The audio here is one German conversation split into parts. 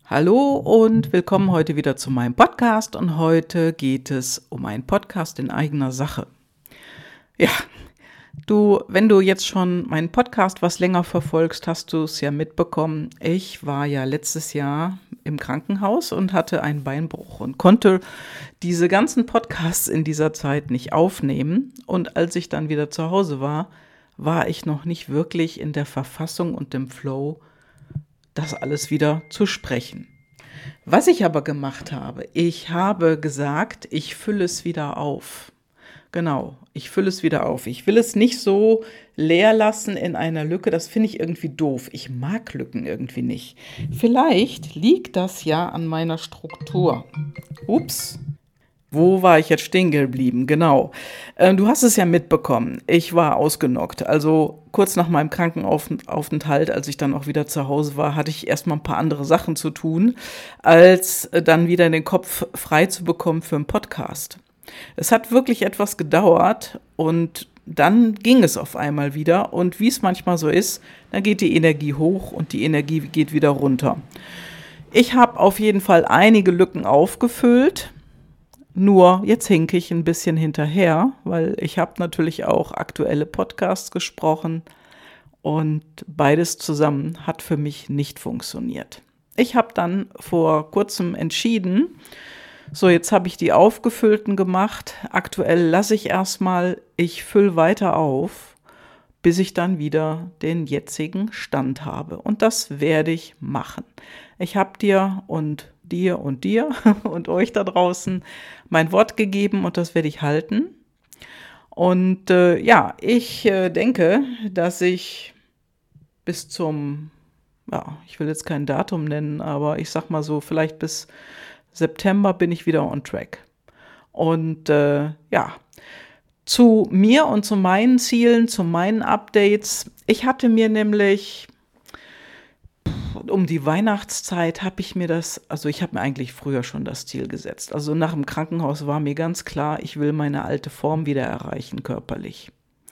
Hallo und willkommen heute wieder zu meinem Podcast und heute geht es um einen Podcast in eigener Sache. Ja, wenn du jetzt schon meinen Podcast was länger verfolgst, hast du es ja mitbekommen. Ich war ja letztes Jahr im Krankenhaus und hatte einen Beinbruch und konnte diese ganzen Podcasts in dieser Zeit nicht aufnehmen. Und als ich dann wieder zu Hause war, war ich noch nicht wirklich in der Verfassung und dem Flow, das alles wieder zu sprechen. Was ich aber gemacht habe, ich habe gesagt, ich fülle es wieder auf. Genau, ich fülle es wieder auf. Ich will es nicht so leer lassen in einer Lücke, das finde ich irgendwie doof. Ich mag Lücken irgendwie nicht. Vielleicht liegt das ja an meiner Struktur. Ups. Wo war ich jetzt stehen geblieben? Genau. Du hast es ja mitbekommen. Ich war ausgenockt. Also kurz nach meinem Krankenaufenthalt, als ich dann auch wieder zu Hause war, hatte ich erstmal ein paar andere Sachen zu tun, als dann wieder den Kopf frei zu bekommen für einen Podcast. Es hat wirklich etwas gedauert und dann ging es auf einmal wieder. Und wie es manchmal so ist, dann geht die Energie hoch und die Energie geht wieder runter. Ich habe auf jeden Fall einige Lücken aufgefüllt. Nur jetzt hinke ich ein bisschen hinterher, weil ich habe natürlich auch aktuelle Podcasts gesprochen und beides zusammen hat für mich nicht funktioniert. Ich habe dann vor kurzem entschieden, so jetzt habe ich die aufgefüllten gemacht, aktuell lasse ich erstmal, ich fülle weiter auf, bis ich dann wieder den jetzigen Stand habe. Und das werde ich machen. Ich habe dir und und euch da draußen mein Wort gegeben und das werde ich halten. Und ich denke, dass ich bis zum, ich will jetzt kein Datum nennen, aber ich sag mal so, vielleicht bis September bin ich wieder on track. Und zu mir und zu meinen Zielen, zu meinen Updates. Ich hatte mir nämlich um die Weihnachtszeit ich habe mir eigentlich früher schon das Ziel gesetzt. Also nach dem Krankenhaus war mir ganz klar, ich will meine alte Form wieder erreichen, körperlich.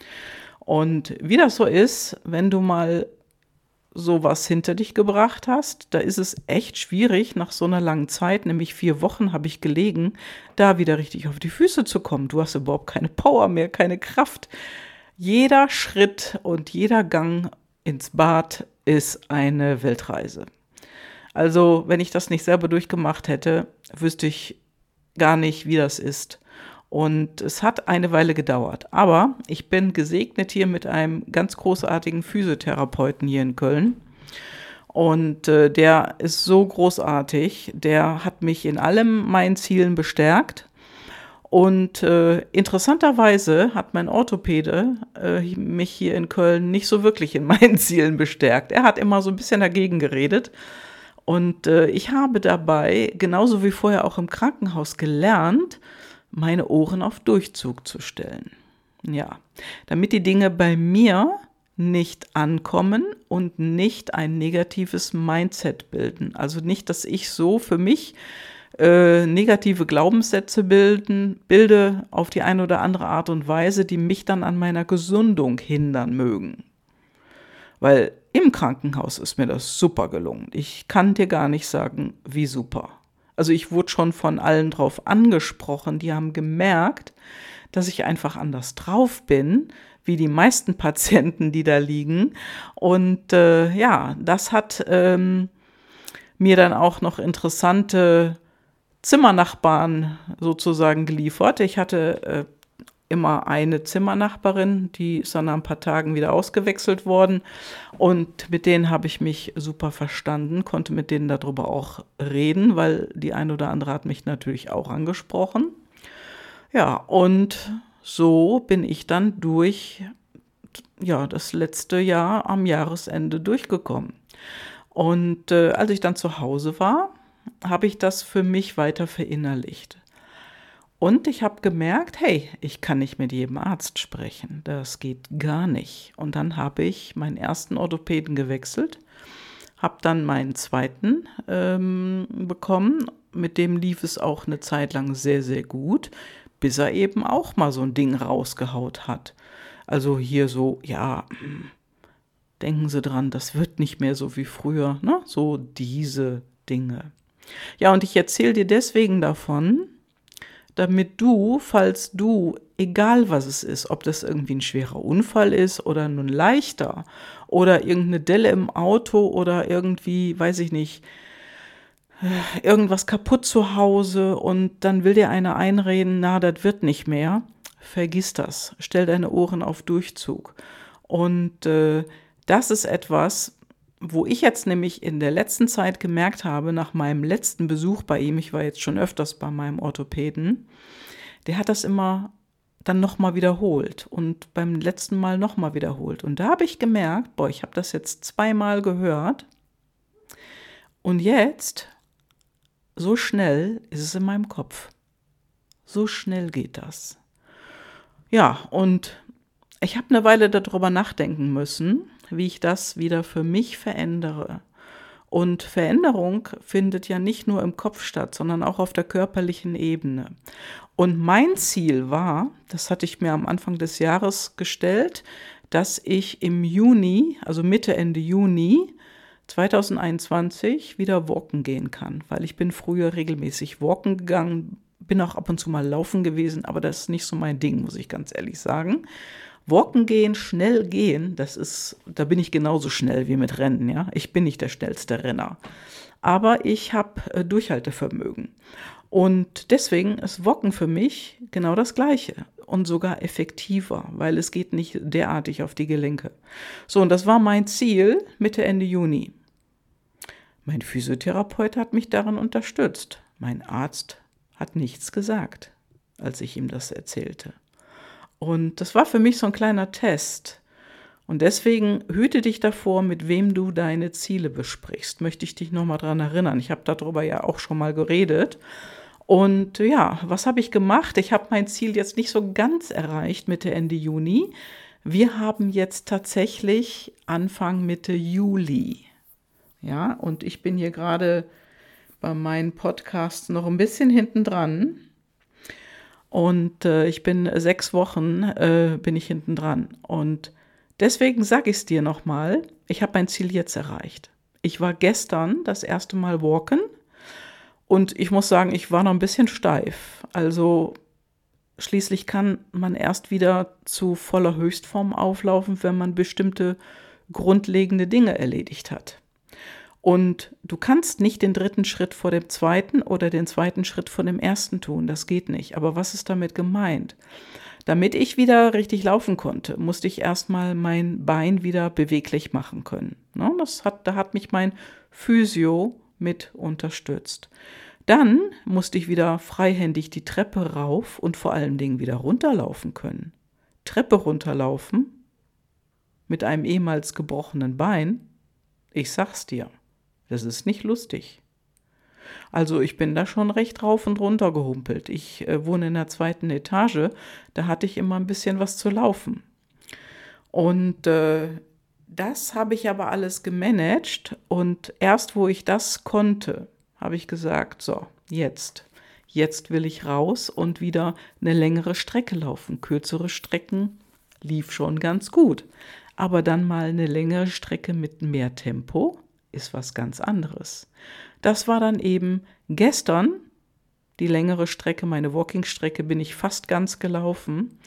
Und wie das so ist, wenn du mal sowas hinter dich gebracht hast, da ist es echt schwierig, nach so einer langen Zeit, nämlich 4 Wochen habe ich gelegen, da wieder richtig auf die Füße zu kommen. Du hast überhaupt keine Power mehr, keine Kraft. Jeder Schritt und jeder Gang ins Bad ist eine Weltreise. Also, wenn ich das nicht selber durchgemacht hätte, wüsste ich gar nicht, wie das ist. Und es hat eine Weile gedauert. Aber ich bin gesegnet hier mit einem ganz großartigen Physiotherapeuten hier in Köln. Und der ist so großartig. Der hat mich in allem meinen Zielen bestärkt. Und interessanterweise hat mein Orthopäde mich hier in Köln nicht so wirklich in meinen Zielen bestärkt. Er hat immer so ein bisschen dagegen geredet. Und ich habe dabei, genauso wie vorher auch im Krankenhaus, gelernt, meine Ohren auf Durchzug zu stellen. Ja, damit die Dinge bei mir nicht ankommen und nicht ein negatives Mindset bilden. Also nicht, dass ich so für mich negative Glaubenssätze bilde auf die eine oder andere Art und Weise, die mich dann an meiner Gesundung hindern mögen. Weil im Krankenhaus ist mir das super gelungen. Ich kann dir gar nicht sagen, wie super. Also ich wurde schon von allen drauf angesprochen, die haben gemerkt, dass ich einfach anders drauf bin, wie die meisten Patienten, die da liegen. Und das hat mir dann auch noch interessante Zimmernachbarn sozusagen geliefert. Ich hatte immer eine Zimmernachbarin, die ist dann nach ein paar Tagen wieder ausgewechselt worden und mit denen habe ich mich super verstanden, konnte mit denen darüber auch reden, weil die eine oder andere hat mich natürlich auch angesprochen. Ja, und so bin ich dann durch das letzte Jahr am Jahresende durchgekommen. Und als ich dann zu Hause war, habe ich das für mich weiter verinnerlicht. Und ich habe gemerkt, hey, ich kann nicht mit jedem Arzt sprechen. Das geht gar nicht. Und dann habe ich meinen ersten Orthopäden gewechselt, habe dann meinen zweiten bekommen. Mit dem lief es auch eine Zeit lang sehr, sehr gut, bis er eben auch mal so ein Ding rausgehaut hat. Also hier so, denken Sie dran, das wird nicht mehr so wie früher, ne? So diese Dinge. Ja, und ich erzähle dir deswegen davon, damit du, falls du, egal was es ist, ob das irgendwie ein schwerer Unfall ist oder nun leichter oder irgendeine Delle im Auto oder irgendwie, weiß ich nicht, irgendwas kaputt zu Hause und dann will dir einer einreden, na, das wird nicht mehr. Vergiss das. Stell deine Ohren auf Durchzug. Und das ist etwas, wo ich jetzt nämlich in der letzten Zeit gemerkt habe, nach meinem letzten Besuch bei ihm, ich war jetzt schon öfters bei meinem Orthopäden, der hat das immer dann nochmal wiederholt und beim letzten Mal nochmal wiederholt. Und da habe ich gemerkt, boah, ich habe das jetzt 2-mal gehört und jetzt, so schnell ist es in meinem Kopf. So schnell geht das. Ja, und ich habe eine Weile darüber nachdenken müssen, wie ich das wieder für mich verändere. Und Veränderung findet ja nicht nur im Kopf statt, sondern auch auf der körperlichen Ebene. Und mein Ziel war, das hatte ich mir am Anfang des Jahres gestellt, dass ich im Juni, also Mitte, Ende Juni 2021 wieder walken gehen kann, weil ich bin früher regelmäßig walken gegangen, bin auch ab und zu mal laufen gewesen, aber das ist nicht so mein Ding, muss ich ganz ehrlich sagen. Walken gehen, schnell gehen, da bin ich genauso schnell wie mit Rennen, ja. Ich bin nicht der schnellste Renner, aber ich habe Durchhaltevermögen. Und deswegen ist Walken für mich genau das Gleiche und sogar effektiver, weil es geht nicht derartig auf die Gelenke. So, und das war mein Ziel Mitte, Ende Juni. Mein Physiotherapeut hat mich darin unterstützt. Mein Arzt hat nichts gesagt, als ich ihm das erzählte. Und das war für mich so ein kleiner Test. Und deswegen hüte dich davor, mit wem du deine Ziele besprichst. Möchte ich dich nochmal daran erinnern. Ich habe darüber ja auch schon mal geredet. Und ja, was habe ich gemacht? Ich habe mein Ziel jetzt nicht so ganz erreicht Mitte, Ende Juni. Wir haben jetzt tatsächlich Anfang, Mitte Juli. Ja, und ich bin hier gerade bei meinen Podcasts noch ein bisschen hinten dran. Und ich bin 6 Wochen bin ich hinten dran. Und deswegen sage ich es dir nochmal, ich habe mein Ziel jetzt erreicht. Ich war gestern das erste Mal walken und ich muss sagen, ich war noch ein bisschen steif. Also schließlich kann man erst wieder zu voller Höchstform auflaufen, wenn man bestimmte grundlegende Dinge erledigt hat. Und du kannst nicht den 3. Schritt vor dem 2. oder den 2. Schritt vor dem 1. tun. Das geht nicht. Aber was ist damit gemeint? Damit ich wieder richtig laufen konnte, musste ich erstmal mein Bein wieder beweglich machen können. Da hat mich mein Physio mit unterstützt. Dann musste ich wieder freihändig die Treppe rauf und vor allen Dingen wieder runterlaufen können. Treppe runterlaufen mit einem ehemals gebrochenen Bein, ich sag's dir. Das ist nicht lustig. Also ich bin da schon recht rauf und runter gehumpelt. Ich wohne in der 2. Etage, da hatte ich immer ein bisschen was zu laufen. Und das habe ich aber alles gemanagt und erst wo ich das konnte, habe ich gesagt, so, jetzt will ich raus und wieder eine längere Strecke laufen. Kürzere Strecken lief schon ganz gut, aber dann mal eine längere Strecke mit mehr Tempo ist was ganz anderes. Das war dann eben gestern, die längere Strecke, meine Walking-Strecke bin ich fast ganz gelaufen.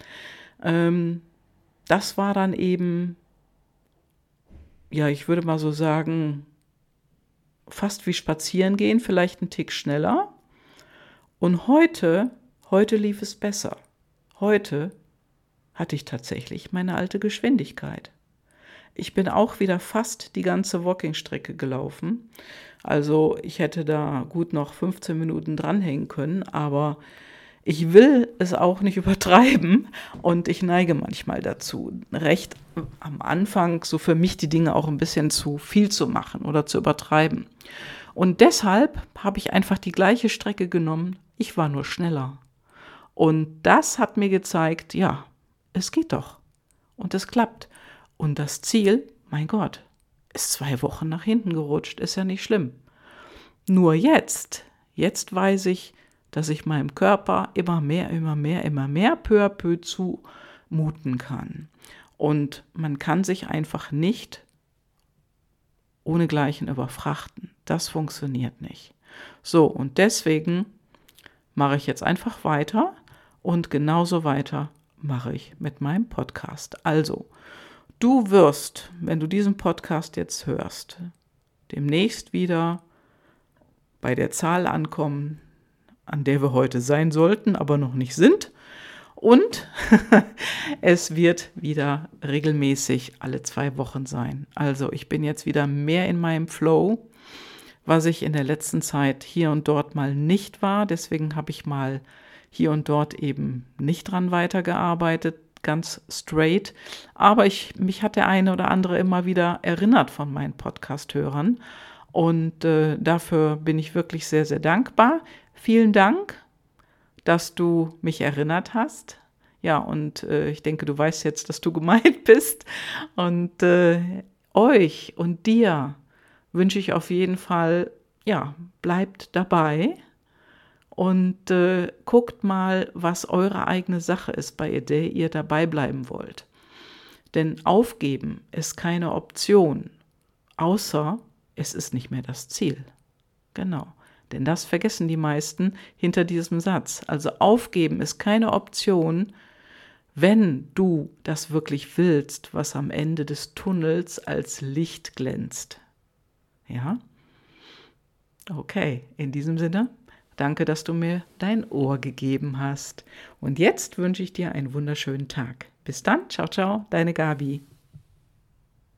Das war dann eben, ja, ich würde mal so sagen, fast wie spazieren gehen, vielleicht einen Tick schneller. Und heute lief es besser. Heute hatte ich tatsächlich meine alte Geschwindigkeit. Ich bin auch wieder fast die ganze Walking-Strecke gelaufen. Also ich hätte da gut noch 15 Minuten dranhängen können, aber ich will es auch nicht übertreiben und ich neige manchmal dazu, recht am Anfang so für mich die Dinge auch ein bisschen zu viel zu machen oder zu übertreiben. Und deshalb habe ich einfach die gleiche Strecke genommen, ich war nur schneller. Und das hat mir gezeigt, ja, es geht doch und es klappt. Und das Ziel, mein Gott, ist 2 Wochen nach hinten gerutscht, ist ja nicht schlimm. Nur jetzt weiß ich, dass ich meinem Körper immer mehr peu à peu zumuten kann. Und man kann sich einfach nicht ohnegleichen überfrachten. Das funktioniert nicht. So, und deswegen mache ich jetzt einfach weiter und genauso weiter mache ich mit meinem Podcast. Also, du wirst, wenn du diesen Podcast jetzt hörst, demnächst wieder bei der Zahl ankommen, an der wir heute sein sollten, aber noch nicht sind. Und es wird wieder regelmäßig alle 2 Wochen sein. Also ich bin jetzt wieder mehr in meinem Flow, was ich in der letzten Zeit hier und dort mal nicht war. Deswegen habe ich mal hier und dort eben nicht dran weitergearbeitet, ganz straight. Aber mich hat der eine oder andere immer wieder erinnert von meinen Podcast-Hörern. Und dafür bin ich wirklich sehr, sehr dankbar. Vielen Dank, dass du mich erinnert hast. Ja, und ich denke, du weißt jetzt, dass du gemeint bist. Und euch und dir wünsche ich auf jeden Fall, ja, bleibt dabei und guckt mal, was eure eigene Sache ist, bei der ihr dabei bleiben wollt. Denn aufgeben ist keine Option, außer es ist nicht mehr das Ziel. Genau. Denn das vergessen die meisten hinter diesem Satz. Also aufgeben ist keine Option, wenn du das wirklich willst, was am Ende des Tunnels als Licht glänzt. Ja? Okay, in diesem Sinne, danke, dass du mir dein Ohr gegeben hast. Und jetzt wünsche ich dir einen wunderschönen Tag. Bis dann, ciao, ciao, deine Gabi.